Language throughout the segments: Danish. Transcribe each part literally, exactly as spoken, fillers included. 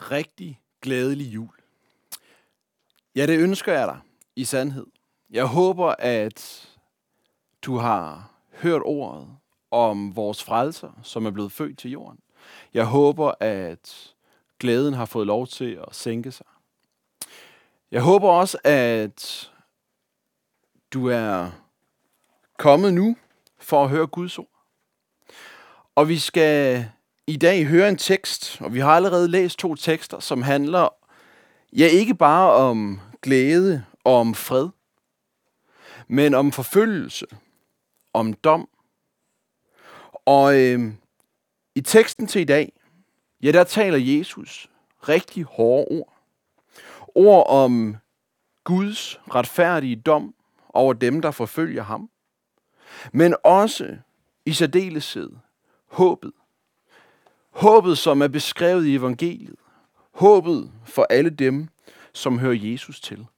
rigtig glædelig jul. Ja, det ønsker jeg dig i sandhed. Jeg håber, at du har hørt ordet om vores frelser, som er blevet født til jorden. Jeg håber, at glæden har fået lov til at sænke sig. Jeg håber også, at du er kommet nu for at høre Guds ord. Og vi skal i dag høre en tekst, og vi har allerede læst to tekster, som handler, ja, ikke bare om glæde og om fred, men om forfølgelse, om dom. Og øh, i teksten til i dag, ja, der taler Jesus rigtig hårde ord. Ord om Guds retfærdige dom over dem, der forfølger ham. Men også i særdeleshed håbet. Håbet, som er beskrevet i evangeliet. Håbet for alle dem, som hører Jesus til.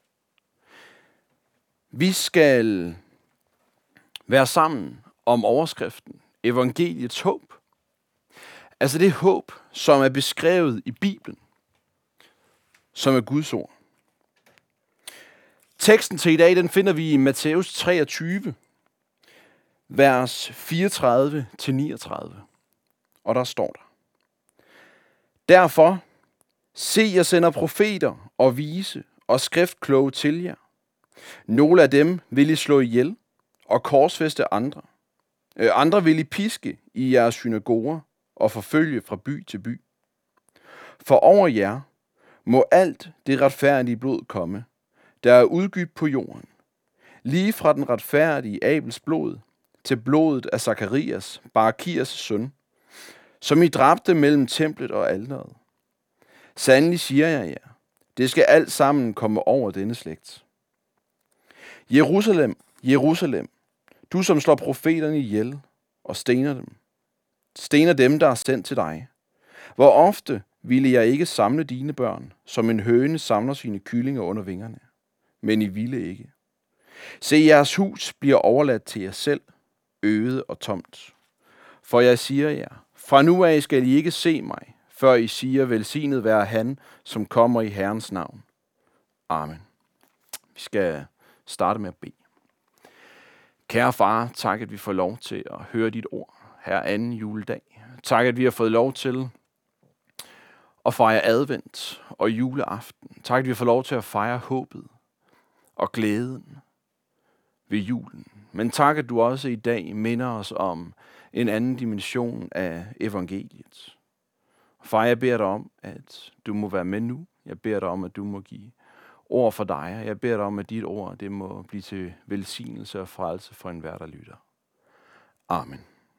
Vi skal være sammen om overskriften evangeliets håb. Altså det håb, som er beskrevet i Bibelen, som er Guds ord. Teksten til i dag, den finder vi i Matthæus treogtyve, vers fireogtredive til niogtredive. Og der står der: Derfor, se, jeg sender profeter og vise og skriftkloge til jer. Nogle af dem vil I slå ihjel og korsfæste andre. Øh, andre vil I piske i jeres synagoger og forfølge fra by til by. For over jer må alt det retfærdige blod komme, der er udgydt på jorden. Lige fra den retfærdige Abels blod til blodet af Zakarias, Barakias søn, som I dræbte mellem templet og alteret. Sandelig siger jeg jer, det skal alt sammen komme over denne slægt. Jerusalem, Jerusalem, du som slår profeterne ihjel og stener dem. Stener dem, der er sendt til dig. Hvor ofte ville jeg ikke samle dine børn, som en høne samler sine kyllinger under vingerne. Men I ville ikke. Se, jeres hus bliver overladt til jer selv, øde og tomt. For jeg siger jer, fra nu af skal I ikke se mig, før I siger, velsignet være han, som kommer i Herrens navn. Amen. Vi skal starte med at bede. Kære far, tak at vi får lov til at høre dit ord her anden juledag. Tak at vi har fået lov til at fejre advent og juleaften. Tak at vi får lov til at fejre håbet og glæden ved julen. Men tak at du også i dag minder os om en anden dimension af evangeliet. Far, jeg beder dig om, at du må være med nu. Jeg beder dig om, at du må give ord for dig. Jeg beder dig om, at dit ord det må blive til velsignelse og frelse for enhver, der lytter. Amen.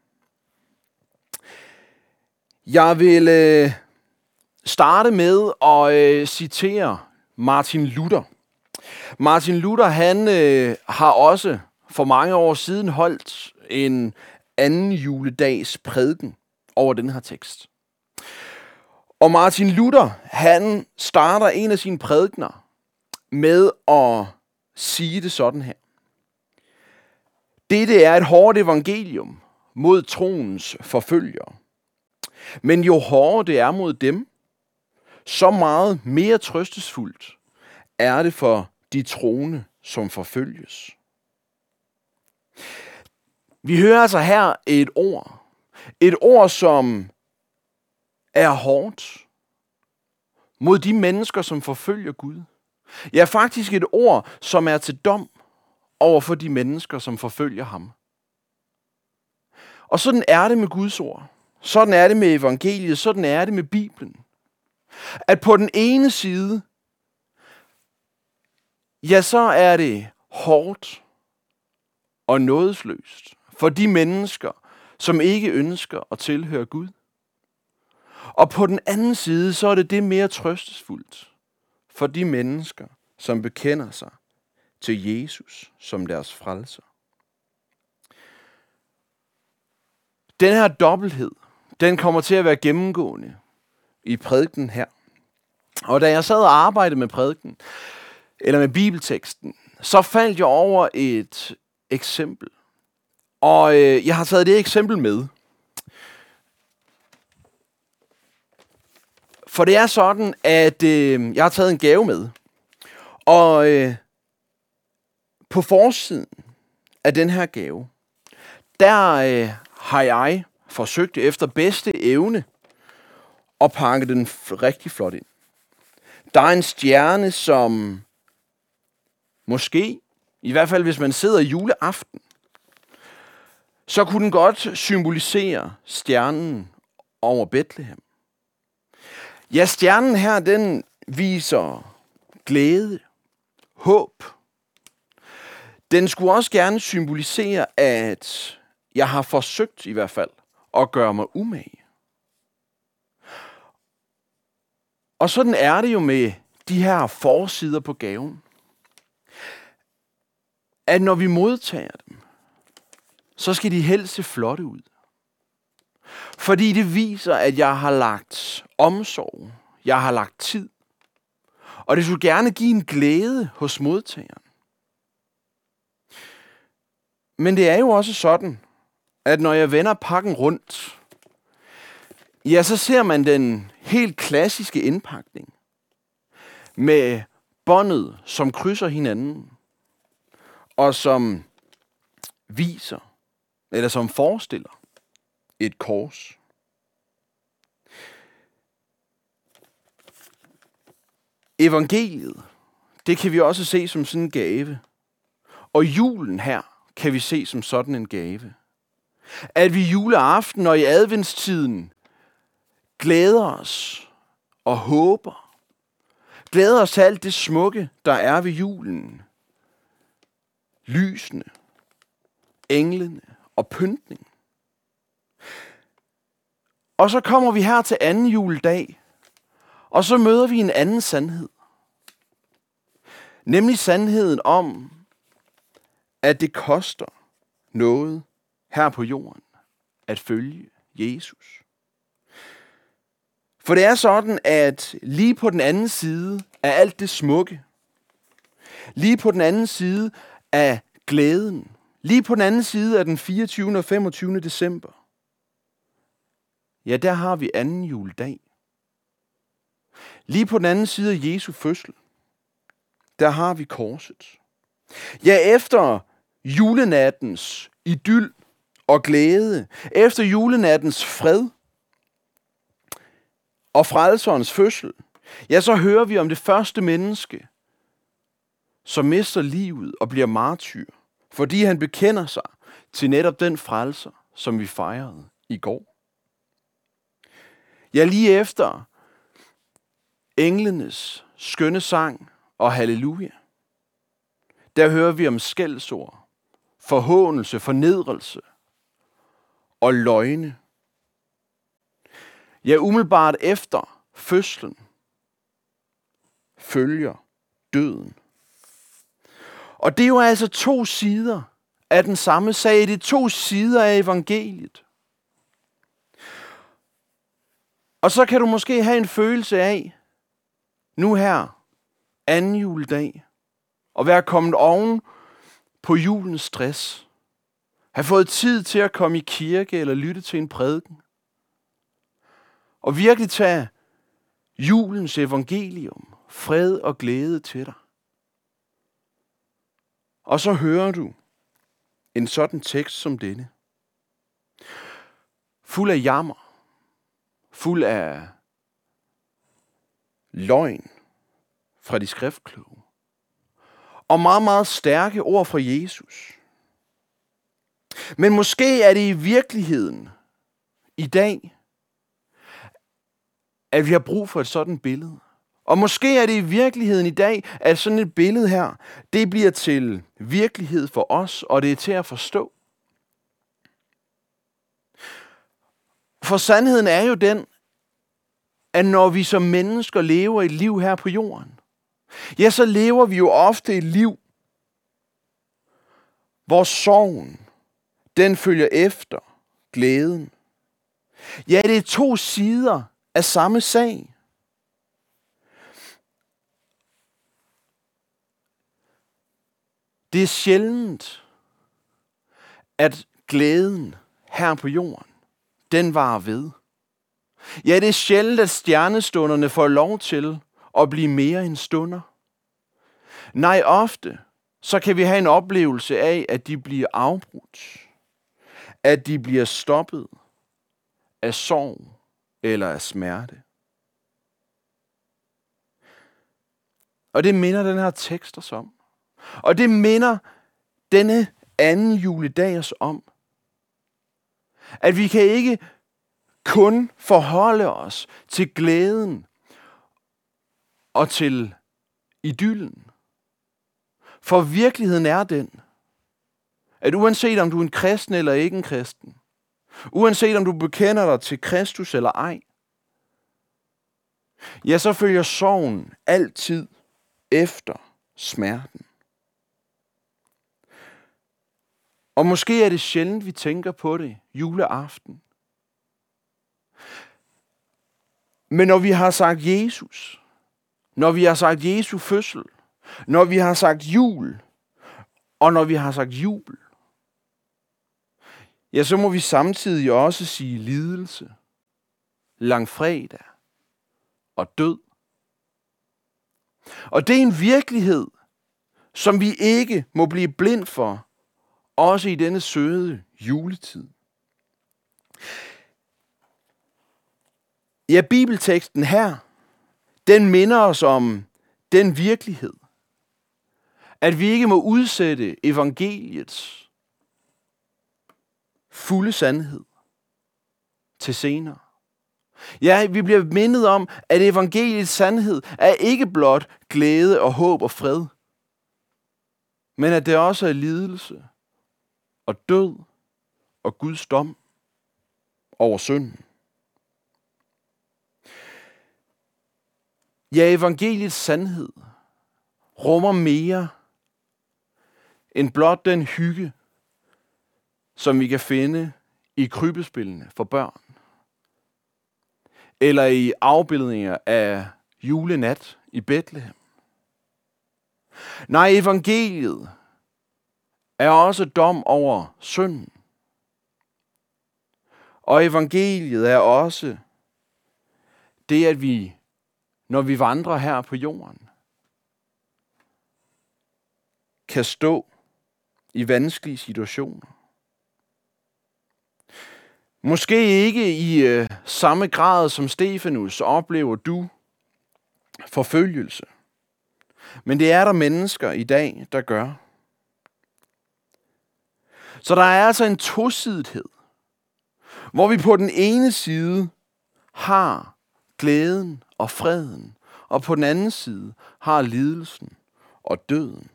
Jeg vil øh, starte med at øh, citere Martin Luther. Martin Luther, han øh, har også for mange år siden holdt en anden juledags prædiken over den her tekst. Og Martin Luther, han starter en af sine prædikener med at sige det sådan her. Dette er et hårdt evangelium mod troens forfølgere. Men jo hårdere det er mod dem, så meget mere trøstesfuldt er det for de troende, som forfølges. Vi hører altså her et ord. Et ord, som er hårdt mod de mennesker, som forfølger Gud. Ja, faktisk et ord, som er til dom over for de mennesker, som forfølger ham. Og sådan er det med Guds ord. Sådan er det med evangeliet. Sådan er det med Bibelen. At på den ene side, ja, så er det hårdt og nådesløst for de mennesker, som ikke ønsker at tilhøre Gud. Og på den anden side, så er det det mere trøstesfuldt for de mennesker, som bekender sig til Jesus som deres frelser. Den her dobbelthed, den kommer til at være gennemgående i prædiken her. Og da jeg sad og arbejdede med prædiken, eller med bibelteksten, så faldt jeg over et eksempel. Og øh, jeg har taget det eksempel med. For det er sådan, at øh, jeg har taget en gave med. Og øh, på forsiden af den her gave, der øh, har jeg forsøgt efter bedste evne at pakke den rigtig flot ind. Der er en stjerne, som måske, i hvert fald hvis man sidder juleaften, så kunne den godt symbolisere stjernen over Betlehem. Ja, stjernen her, den viser glæde, håb. Den skulle også gerne symbolisere, at jeg har forsøgt i hvert fald at gøre mig umage. Og sådan er det jo med de her forsider på gaven, at når vi modtager dem, så skal de helst se flotte ud. Fordi det viser, at jeg har lagt omsorg, jeg har lagt tid, og det skulle gerne give en glæde hos modtageren. Men det er jo også sådan, at når jeg vender pakken rundt, ja, så ser man den helt klassiske indpakning med båndet, som krydser hinanden, og som viser, eller som forestiller et kors. Evangeliet, det kan vi også se som sådan en gave. Og julen her kan vi se som sådan en gave. At vi juleaften og i adventstiden glæder os og håber. Glæder os til alt det smukke, der er ved julen. Lysene, englene og pyntning. Og så kommer vi her til anden juledag, og så møder vi en anden sandhed. Nemlig sandheden om, at det koster noget her på jorden at følge Jesus. For det er sådan, at lige på den anden side af alt det smukke, lige på den anden side af glæden, lige på den anden side af den fireogtyvende og femogtyvende december, ja, der har vi anden juledag. Lige på den anden side af Jesu fødsel, der har vi korset. Ja, efter julenattens idyl og glæde, efter julenattens fred og frelserens fødsel, ja, så hører vi om det første menneske, som mister livet og bliver martyr, fordi han bekender sig til netop den frelser, som vi fejrede i går. Ja, lige efter englenes skønne sang og halleluja, der hører vi om skældsord, forhånelse, fornedrelse og løgne. Ja, umiddelbart efter fødslen følger døden. Og det er jo altså to sider af den samme sag. Det er to sider af evangeliet. Og så kan du måske have en følelse af, nu her, anden juledag, og være kommet oven på julens stress. Have fået tid til at komme i kirke eller lytte til en prædiken. Og virkelig tage julens evangelium, fred og glæde til dig. Og så hører du en sådan tekst som denne. Fuld af jammer, fuld af løgn fra de skriftkloge. Og meget, meget stærke ord fra Jesus. Men måske er det i virkeligheden i dag, at vi har brug for et sådan billede. Og måske er det i virkeligheden i dag, at sådan et billede her, det bliver til virkelighed for os, og det er til at forstå. For sandheden er jo den, at når vi som mennesker lever et liv her på jorden, ja, så lever vi jo ofte et liv, hvor sorgen, den følger efter glæden. Ja, det er to sider af samme sag. Det er sjældent, at glæden her på jorden, den varer ved. Ja, det er sjældent, at stjernestunderne får lov til at blive mere end stunder. Nej, ofte så kan vi have en oplevelse af, at de bliver afbrudt. At de bliver stoppet af sorg eller af smerte. Og det minder den her tekst os om. Og det minder denne anden juledag os om. At vi kan ikke kun forholde os til glæden og til idyllen. For virkeligheden er den, at uanset om du er en kristen eller ikke en kristen, uanset om du bekender dig til Kristus eller ej, ja, så følger sorgen altid efter smerten. Og måske er det sjældent, vi tænker på det juleaften. Men når vi har sagt Jesus, når vi har sagt Jesu fødsel, når vi har sagt jul, og når vi har sagt jubel, ja, så må vi samtidig også sige lidelse, langfredag og død. Og det er en virkelighed, som vi ikke må blive blind for, også i denne søde juletid. Ja, bibelteksten her, den minder os om den virkelighed, at vi ikke må udsætte evangeliets fulde sandhed til senere. Ja, vi bliver mindet om, at evangeliets sandhed er ikke blot glæde og håb og fred, men at det også er lidelse og død og Guds dom over synden. Ja, evangeliets sandhed rummer mere end blot den hygge, som vi kan finde i krybespillene for børn, eller i afbildninger af julenat i Bethlehem. Nej, evangeliet er også dom over synden. Og evangeliet er også det, at vi, når vi vandrer her på jorden, kan stå i vanskelige situationer. Måske ikke i øh, samme grad som Stefanus oplever du forfølgelse. Men det er der mennesker i dag, der gør. Så der er altså en tosidighed, hvor vi på den ene side har glæden og freden, og på den anden side har lidelsen og døden.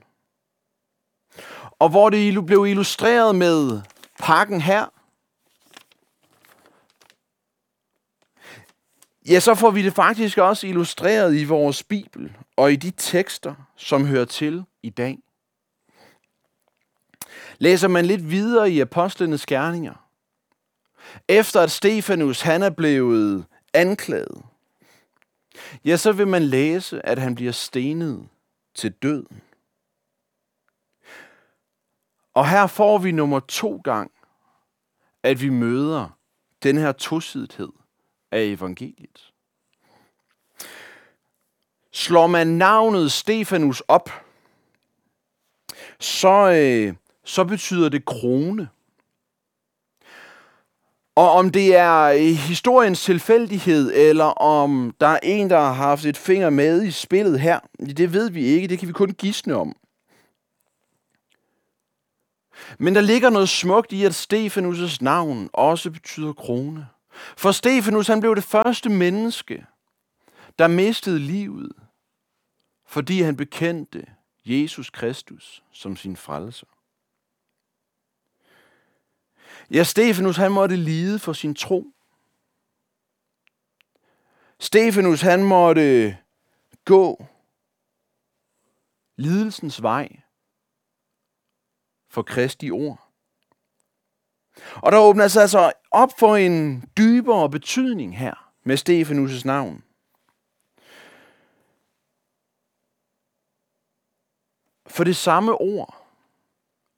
Og hvor det blev illustreret med pakken her, ja, så får vi det faktisk også illustreret i vores Bibel og i de tekster, som hører til i dag. Læser man lidt videre i Apostlenes Gerninger, efter at Stefanus han er blevet anklaget, ja, så vil man læse, at han bliver stenet til døden. Og her får vi nummer to gang, at vi møder den her tosidighed af evangeliet. Slår man navnet Stefanus op, så, øh, så betyder det krone. Og om det er historiens tilfældighed, eller om der er en, der har haft et finger med i spillet her, det ved vi ikke, det kan vi kun gisne om. Men der ligger noget smukt i, at Stefanus' navn også betyder krone. For Stefanus, han blev det første menneske, der mistede livet, fordi han bekendte Jesus Kristus som sin frelser. Ja, Stefanus, han måtte lide for sin tro. Stefanus, han måtte gå lidelsens vej for Kristi ord. Og der åbner sig altså op for en dybere betydning her med Stefanus' navn. For det samme ord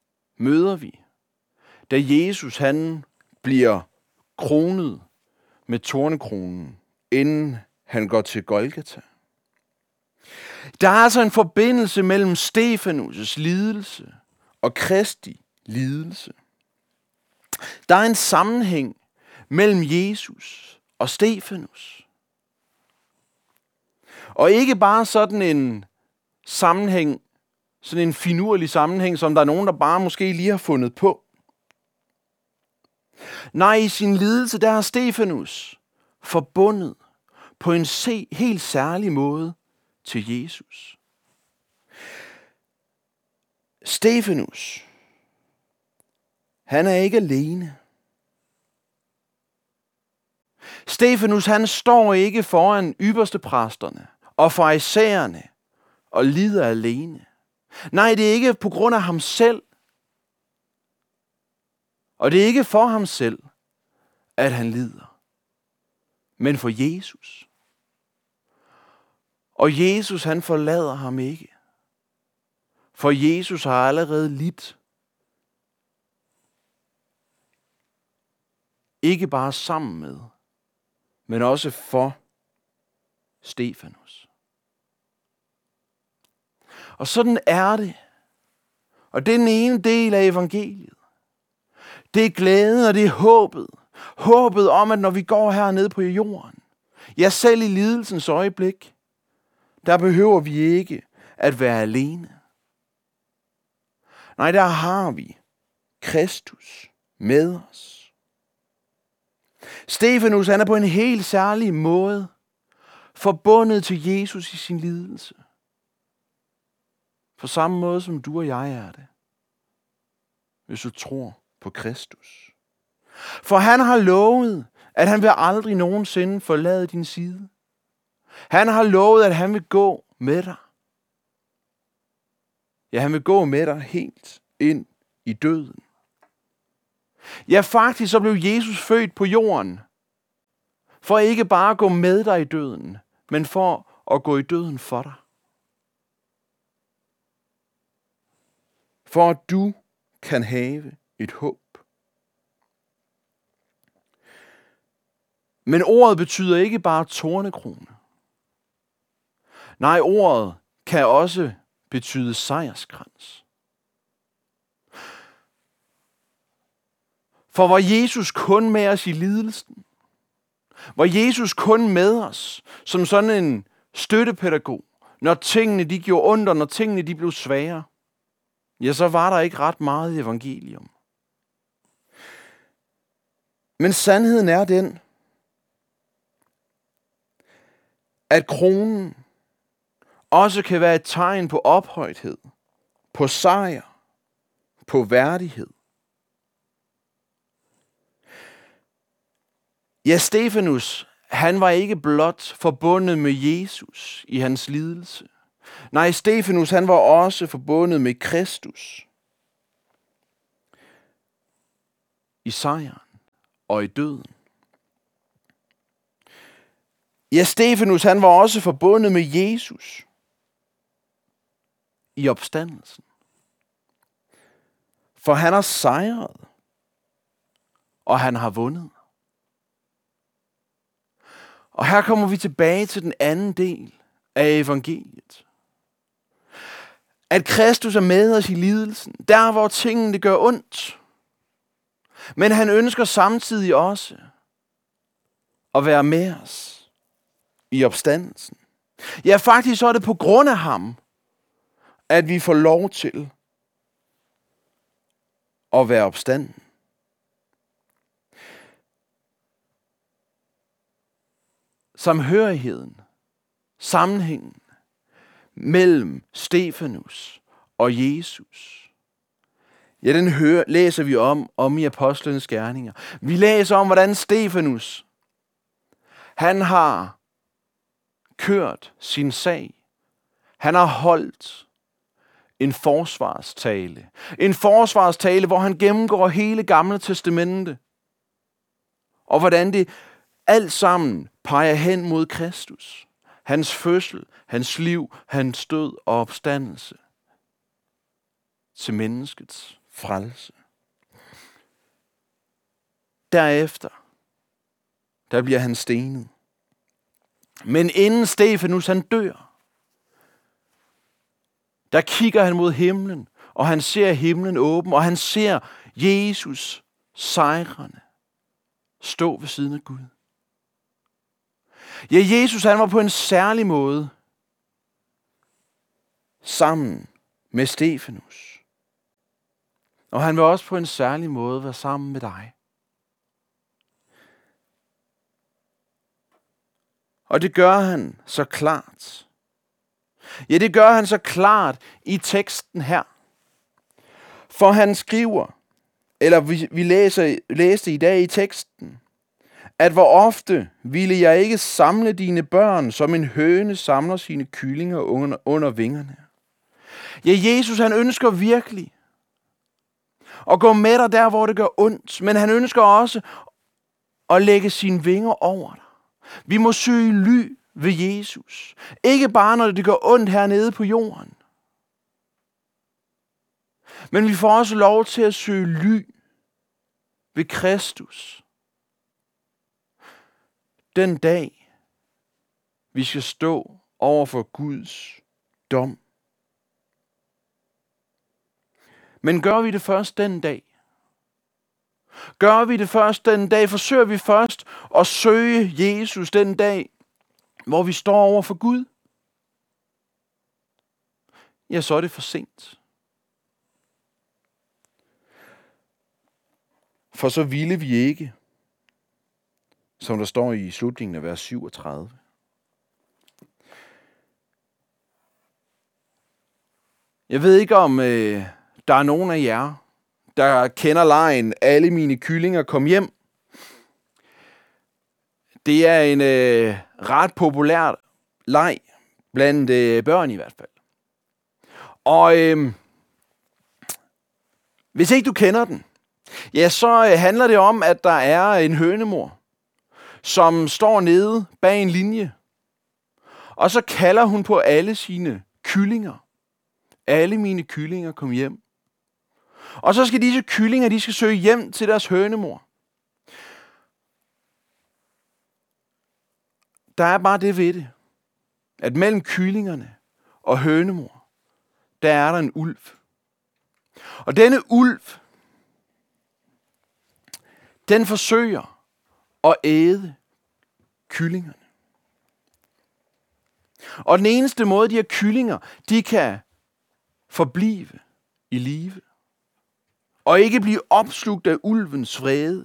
møder vi, da Jesus han bliver kronet med tornekronen, inden han går til Golgata. Der er altså en forbindelse mellem Stefanus' lidelse og Kristi lidelse. Der er en sammenhæng mellem Jesus og Stefanus. Og ikke bare sådan en sammenhæng, sådan en finurlig sammenhæng, som der er nogen, der bare måske lige har fundet på. Nej, i sin lidelse, der er Stefanus forbundet på en se, helt særlig måde til Jesus. Stefanus, han er ikke alene. Stefanus, han står ikke foran ypperstepræsterne og farisæerne og lider alene. Nej, det er ikke på grund af ham selv. Og det er ikke for ham selv, at han lider. Men for Jesus. Og Jesus, han forlader ham ikke. For Jesus har allerede lidt. Ikke bare sammen med, men også for Stefanus. Og sådan er det. Og det er den ene del af evangeliet. Det er glæden, og det er håbet. Håbet om, at når vi går hernede på jorden, ja, selv i lidelsens øjeblik, der behøver vi ikke at være alene. Nej, der har vi Kristus med os. Stefanus, han er på en helt særlig måde forbundet til Jesus i sin lidelse. På samme måde som du og jeg er det, hvis du tror på Kristus. For han har lovet, at han vil aldrig nogensinde forlade din side. Han har lovet, at han vil gå med dig. Ja, han vil gå med dig helt ind i døden. Ja, faktisk så blev Jesus født på jorden, for ikke bare at gå med dig i døden, men for at gå i døden for dig. For at du kan have et håb. Men ordet betyder ikke bare tornekrone. Nej, ordet kan også betyde sejrskrans. For var Jesus kun med os i lidelsen, var Jesus kun med os som sådan en støttepædagog, når tingene de gjorde ondt, og når tingene de blev svære, ja, så var der ikke ret meget evangelium. Men sandheden er den, at kronen også kan være et tegn på ophøjthed, på sejr, på værdighed. Ja, Stefanus, han var ikke blot forbundet med Jesus i hans lidelse. Nej, Stefanus, han var også forbundet med Kristus i sejren og i døden. Ja, Stefanus, han var også forbundet med Jesus i opstandelsen. For han har sejret, og han har vundet. Og her kommer vi tilbage til den anden del af evangeliet. At Kristus er med os i lidelsen, der hvor tingene gør ondt. Men han ønsker samtidig også at være med os i opstandelsen. Ja, faktisk så er det på grund af ham, at vi får lov til at være opstanden. Samhørigheden, sammenhængen mellem Stefanus og Jesus, ja, den hører, læser vi om, om i apostlenes gerninger. Vi læser om, hvordan Stefanus, han har kørt sin sag. Han har holdt en forsvarstale. En forsvarstale, hvor han gennemgår hele Gamle Testamente. Og hvordan det alt sammen peger hen mod Kristus. Hans fødsel, hans liv, hans død og opstandelse til menneskets frelse. Derefter der bliver han stenet. Men inden Stefanus han dør, der kigger han mod himlen, og han ser himlen åben, og han ser Jesus sejrende stå ved siden af Gud. Ja, Jesus han var på en særlig måde sammen med Stefanus. Og han vil også på en særlig måde være sammen med dig. Og det gør han så klart. Ja, det gør han så klart i teksten her. For han skriver, eller vi, vi læser, læste i dag i teksten, at hvor ofte ville jeg ikke samle dine børn, som en høne samler sine kyllinger under, under vingerne. Ja, Jesus han ønsker virkelig at gå med dig der, hvor det gør ondt, men han ønsker også at lægge sine vinger over dig. Vi må søge ly ved Jesus. Ikke bare når det gør ondt hernede på jorden. Men vi får også lov til at søge ly ved Kristus. Den dag, vi skal stå over for Guds dom. Men gør vi det først den dag? Gør vi det først den dag? Forsøger vi først at søge Jesus den dag, hvor vi står over for Gud? Ja, så er det for sent. For så ville vi ikke, som der står i slutningen af vers syvogtredive. Jeg ved ikke, om øh, der er nogen af jer, der kender legen Alle mine kyllinger kom hjem. Det er en øh, ret populær leg, blandt øh, børn i hvert fald. Og øh, hvis ikke du kender den, ja, så øh, handler det om, at der er en hønemor, som står nede bag en linje. Og så kalder hun på alle sine kyllinger. Alle mine kyllinger kom hjem. Og så skal disse kyllinger, de skal søge hjem til deres hønemor. Der er bare det ved det, at mellem kyllingerne og hønemor, der er der en ulv. Og denne ulv, den forsøger at æde kyllingerne. Og den eneste måde, de her kyllinger, de kan forblive i live, og ikke blive opslugt af ulvens vrede,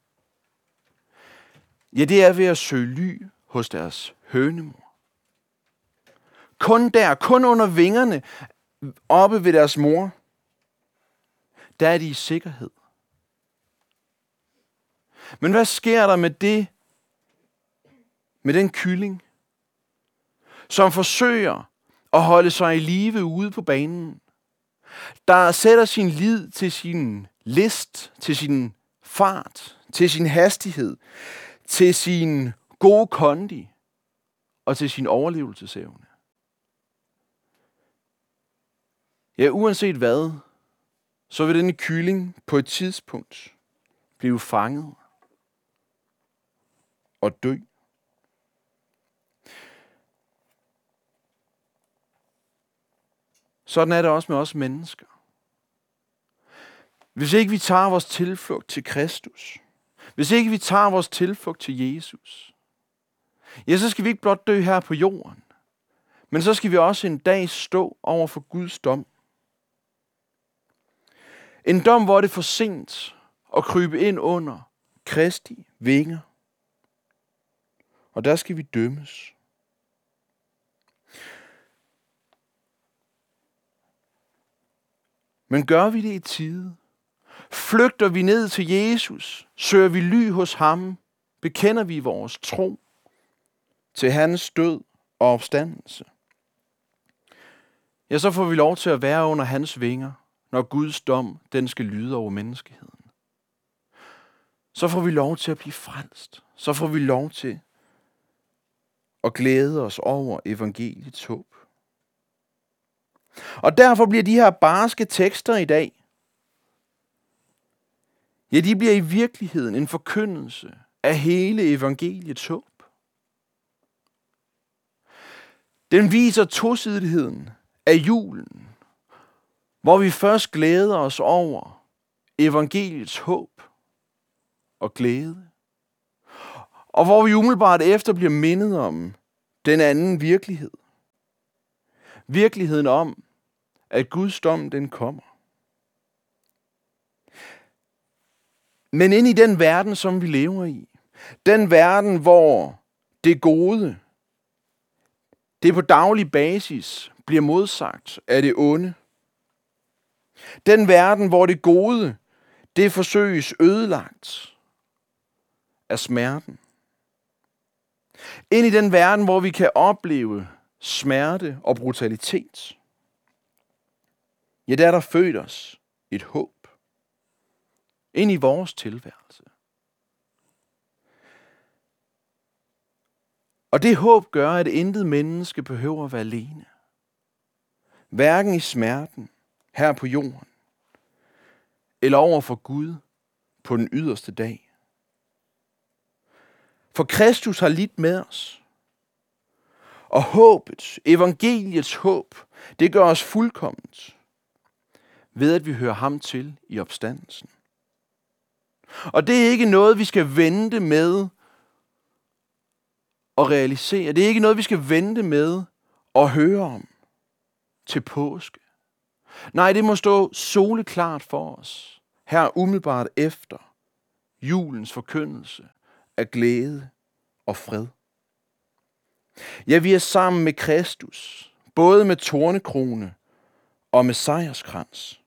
ja, det er ved at søge ly hos deres hønemor. Kun der, kun under vingerne, oppe ved deres mor, der er de i sikkerhed. Men hvad sker der med det, med den kylling, som forsøger at holde sig i live ude på banen, der sætter sin lid til sin list, til sin fart, til sin hastighed, til sin gode kondi og til sin overlevelsesevne? Ja, uanset hvad, så vil denne kylling på et tidspunkt blive fanget og dø. Sådan er det også med os mennesker. Hvis ikke vi tager vores tilflugt til Kristus, hvis ikke vi tager vores tilflugt til Jesus, ja, så skal vi ikke blot dø her på jorden, men så skal vi også en dag stå over for Guds dom. En dom, hvor det er for sent at krybe ind under Kristi vinger. Og der skal vi dømmes. Men gør vi det i tide? Flygter vi ned til Jesus? Søger vi ly hos ham? Bekender vi vores tro til hans død og opstandelse? Ja, så får vi lov til at være under hans vinger, når Guds dom, den skal lyde over menneskeheden. Så får vi lov til at blive frelst. Så får vi lov til at glæde os over evangeliets håb. Og derfor bliver de her barske tekster i dag, ja, de bliver i virkeligheden en forkyndelse er hele evangeliets håb. Den viser tosidigheden af julen, hvor vi først glæder os over evangeliets håb og glæde, og hvor vi umiddelbart efter bliver mindet om den anden virkelighed. Virkeligheden om, at Guds dom den kommer. Men ind i den verden, som vi lever i, den verden, hvor det gode, det på daglig basis bliver modsagt af det onde. Den verden, hvor det gode, det forsøges ødelagt af smerten. Ind i den verden, hvor vi kan opleve smerte og brutalitet. Ja, der er der født os et håb. Ind i vores tilværelse. Og det håb gør, at intet menneske behøver at være alene. Hverken i smerten her på jorden, eller over for Gud på den yderste dag. For Kristus har lidt med os. Og håbet, evangeliets håb, det gør os fuldkomment, ved at vi hører ham til i opstandelsen. Og det er ikke noget, vi skal vente med at realisere. Det er ikke noget, vi skal vente med at høre om til påske. Nej, det må stå soleklart for os, her umiddelbart efter julens forkyndelse af glæde og fred. Ja, vi er sammen med Kristus, både med tornekrone og med sejrskrans.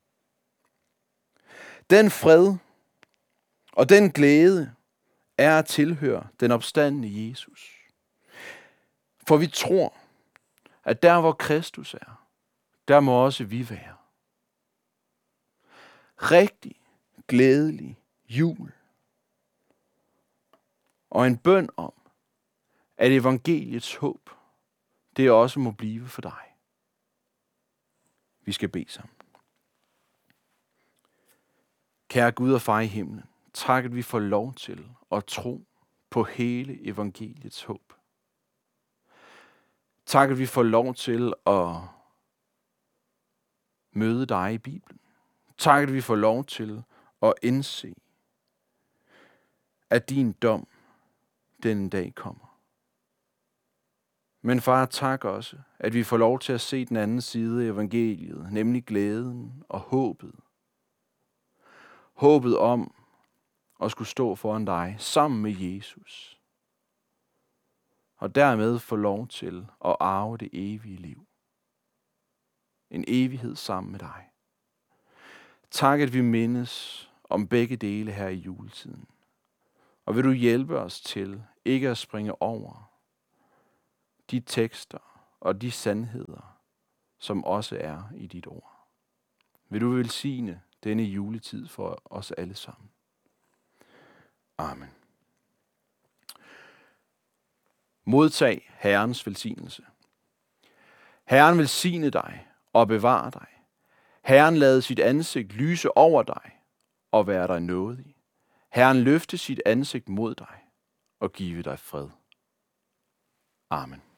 Den fred og den glæde er at tilhøre den opstandne Jesus. For vi tror, at der hvor Kristus er, der må også vi være. Rigtig glædelig jul. Og en bøn om, at evangeliets håb, det også må blive for dig. Vi skal bede sammen. Kære Gud og far i himlen, tak at vi får lov til at tro på hele evangeliets håb. Tak at vi får lov til at møde dig i Bibelen. Tak at vi får lov til at indse, at din dom den dag kommer. Men far, tak også, at vi får lov til at se den anden side af evangeliet, nemlig glæden og håbet. Håbet om at skulle stå foran dig sammen med Jesus. Og dermed få lov til at arve det evige liv. En evighed sammen med dig. Tak, at vi mindes om begge dele her i juletiden. Og vil du hjælpe os til ikke at springe over de tekster og de sandheder, som også er i dit ord. Vil du velsigne denne juletid for os alle sammen. Amen. Modtag Herrens velsignelse. Herren velsigne dig og bevare dig. Herren lade sit ansigt lyse over dig og være dig nådig. Herren løfte sit ansigt mod dig og give dig fred. Amen.